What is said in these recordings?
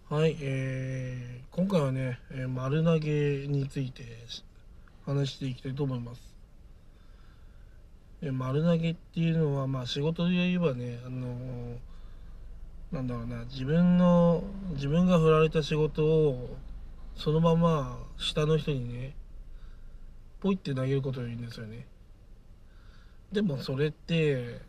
はい、今回はね、丸投げについて話していきたいと思います。丸投げっていうのは、仕事で言えばね、なんだろうな、自分が振られた仕事をそのまま下の人にね、ポイって投げることを言うんですよね。でもそれって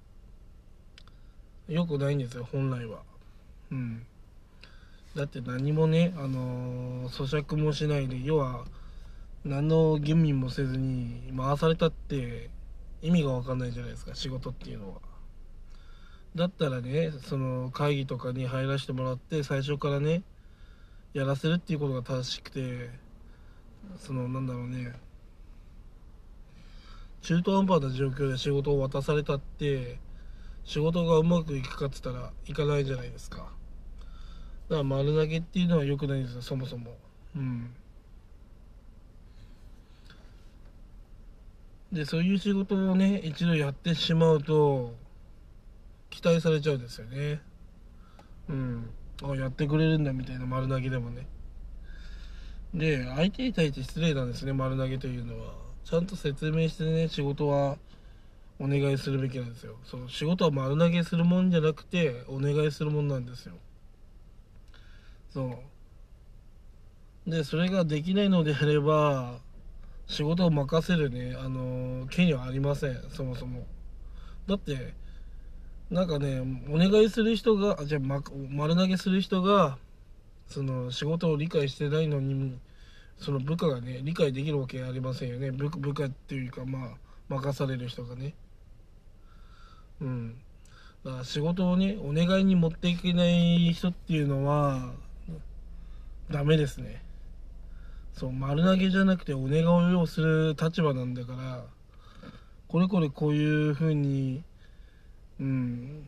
良くないんですよ、本来は。うん。だって何もね、咀嚼もしないで、要は何の吟味もせずに回されたって意味が分かんないじゃないですか、仕事っていうのは。だったらね、その会議とかに入らせてもらって最初からねやらせるっていうことが正しくて、なんだろうね、中途半端な状況で仕事を渡されたって仕事がうまくいくかっつったらいかないじゃないですか。だから丸投げっていうのは良くないんですよ、そもそも。うん。でそういう仕事をね一度やってしまうと期待されちゃうんですよね。うん。やってくれるんだみたいな、丸投げでもね。で相手に対して失礼なんですね、丸投げというのは。ちゃんと説明してね、仕事はお願いするべきなんですよ。その仕事は丸投げするもんじゃなくてお願いするもんなんですよ。でそれができないのであれば仕事を任せるね、権利はありません、そもそも。だってなんかね、お願いする人が丸投げする人がその仕事を理解してないのに、その部下がね理解できるわけありませんよね。部下っていうか、任される人がね。うん。だから仕事をねお願いに持っていけない人っていうのはダメですね。そう、丸投げじゃなくてお願いをする立場なんだから、これこれこういう風に。うん。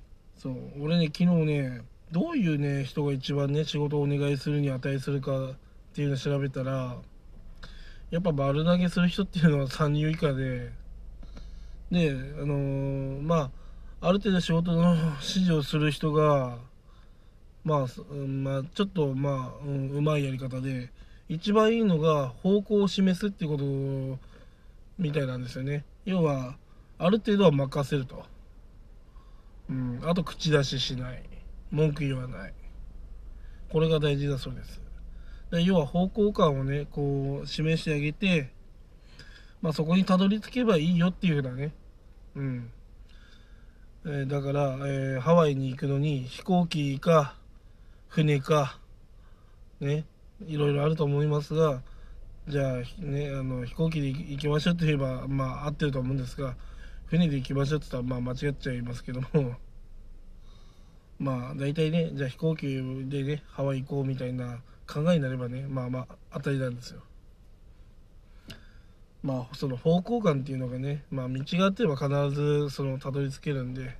そう、俺ね昨日ね、どういうね人が一番ね仕事をお願いするに値するかっていうのを調べたら、やっぱ丸投げする人っていうのは3人以下で、である程度仕事の指示をする人がちょっとうまいやり方で、一番いいのが方向を示すっていうことみたいなんですよね。要はある程度は任せると。うん、あと口出ししない、文句言わない、これが大事だそうです。で要は方向感をねこう示してあげて、そこにたどり着けばいいよっていうふうなね。うん。だから、ハワイに行くのに飛行機か船かね、いろいろあると思いますが、じゃあね、飛行機で行きましょうと言えば合ってると思うんですが、船で行きましょうって言ったら間違っちゃいますけども、大体ね、じゃあ飛行機でねハワイ行こうみたいな考えになればね、当たりなんですよ。その方向感っていうのがね、道があってれば必ずたどり着けるんで、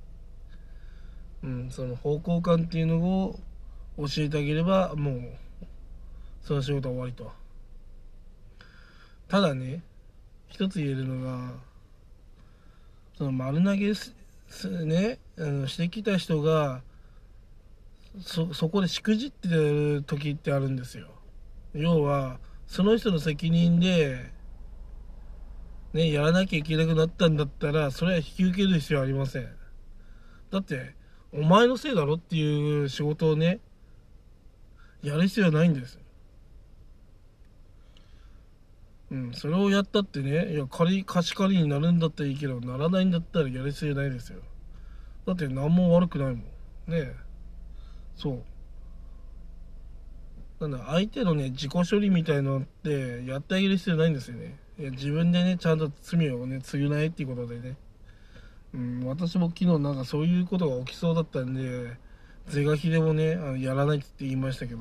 その方向感っていうのを教えてあげればもうその仕事は終わりと。ただね、一つ言えるのが、その丸投げね、してきた人がそこでしくじってる時ってあるんですよ。要はその人の責任でねやらなきゃいけなくなったんだったら、それは引き受ける必要はありません。だってお前のせいだろっていう仕事をねやる必要はないんです。うん、それをやったってね、いや貸し借りになるんだったらいいけど、ならないんだったらやる必要ないですよ。だって何も悪くないもんね。え、そうなんだ、相手のね自己処理みたいのってやってあげる必要ないんですよね。いや自分でねちゃんと罪をね償えっていうことでね。うん、私も昨日なんかそういうことが起きそうだったんで、是が非でもねやらないって言いましたけど、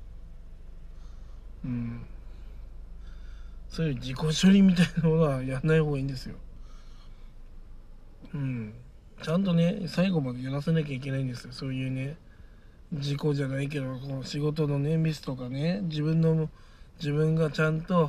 うん、そういう自己処理みたいなものはやんない方がいいんですよ。うん、ちゃんとね最後までやらせなきゃいけないんですよ。そういうね事故じゃないけど、こう仕事のねミスとかね、自分がちゃんと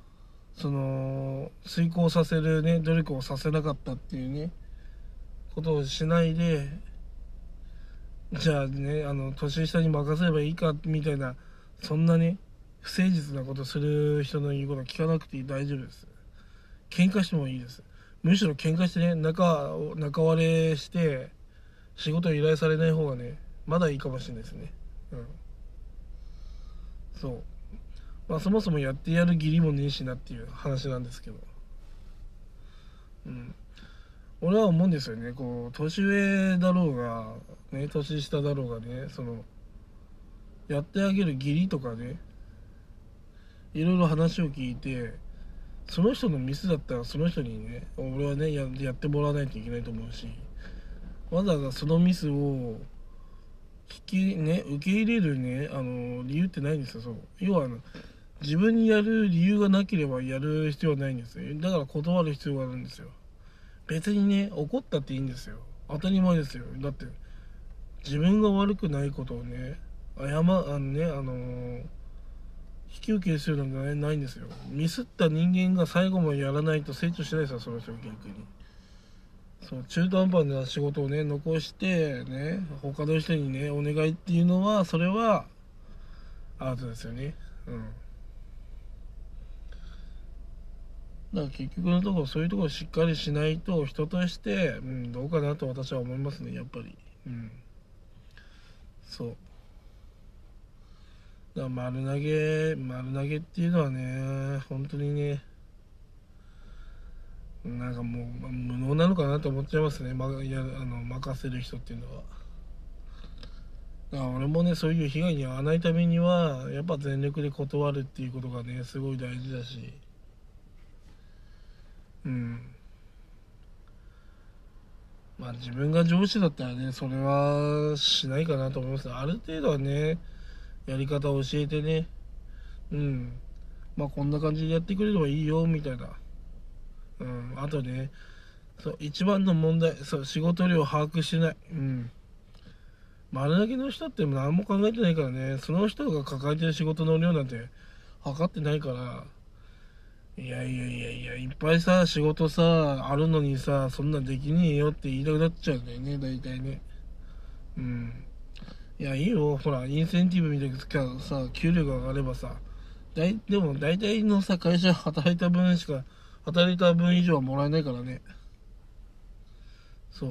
遂行させるね努力をさせなかったっていうねことをしないで、 じゃあね、年下に任せればいいかみたいな、そんなね、不誠実なことする人の言うこと聞かなくて大丈夫です。喧嘩してもいいです。むしろ喧嘩してね、仲割れして仕事を依頼されない方がね、まだいいかもしれないですね。うん。そう。まあそもそもやってやる義理もねえしなっていう話なんですけど。うん。俺は思うんですよね。こう、年上だろうが、ね、年下だろうがね、やってあげる義理とかね、いろいろ話を聞いて、その人のミスだったらその人にね、俺はね、やってもらわないといけないと思うし、わざわざそのミスを受け入れるね、理由ってないんですよ。そう。要は自分にやる理由がなければやる必要はないんですよ。だから断る必要があるんですよ。別にね、怒ったっていいんですよ。当たり前ですよ。だって自分が悪くないことをね、引き受けするのがないんですよ。ミスった人間が最後までやらないと成長しないですよ、その人逆に。そう、中途半端な仕事をね、残してね、他の人にね、お願いっていうのは、それはアートですよね。うん。だから結局のところ、そういうところをしっかりしないと、人として、うん、どうかなと私は思いますね、やっぱり。うん。そう。だから丸投げっていうのはね、本当にね、なんかもう無能なのかなと思っちゃいますね、任せる人っていうのは。だから俺もね、そういう被害に遭わないためにはやっぱ全力で断るっていうことがね、すごい大事だし、うん。まあ自分が上司だったらね、それはしないかなと思います。ある程度はね、やり方を教えてね、うん、まあこんな感じでやってくれればいいよみたいな。うん、あとね、そう一番の問題、そう仕事量を把握してない。うん。丸投げの人って何も考えてないからね、その人が抱えてる仕事の量なんて測ってないから、いっぱいさ、仕事さ、あるのにさ、そんなんできねえよって言いたくなっちゃうんだよね、大体ね。うん。いや、いいよ、ほら、インセンティブみたいなさ、給料が上がればさ、でも大体のさ、会社働いた分以上はもらえないからね。そう。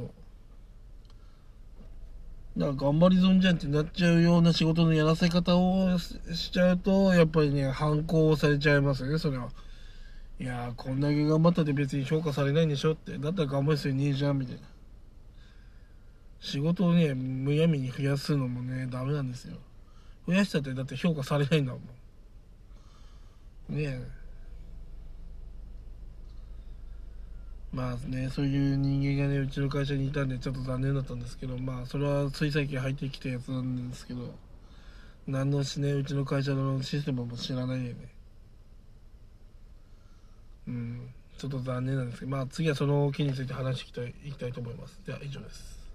だから頑張り損じゃんってなっちゃうような仕事のやらせ方をしちゃうと、やっぱりね、反抗されちゃいますよね、それは。いやー、こんだけ頑張ったって別に評価されないんでしょって。だったら頑張る必要ねえじゃん、みたいな。仕事をね、むやみに増やすのもね、ダメなんですよ。増やしたってだって評価されないんだもん。ねえ。まあね、そういう人間がね、うちの会社にいたんで、ちょっと残念だったんですけど、まあ、それはつい最近入ってきたやつなんですけど、何のしね、うちの会社のシステムも知らないでね。うん、ちょっと残念なんですけど、まあ次はその件について話していきたいと思います。では以上です。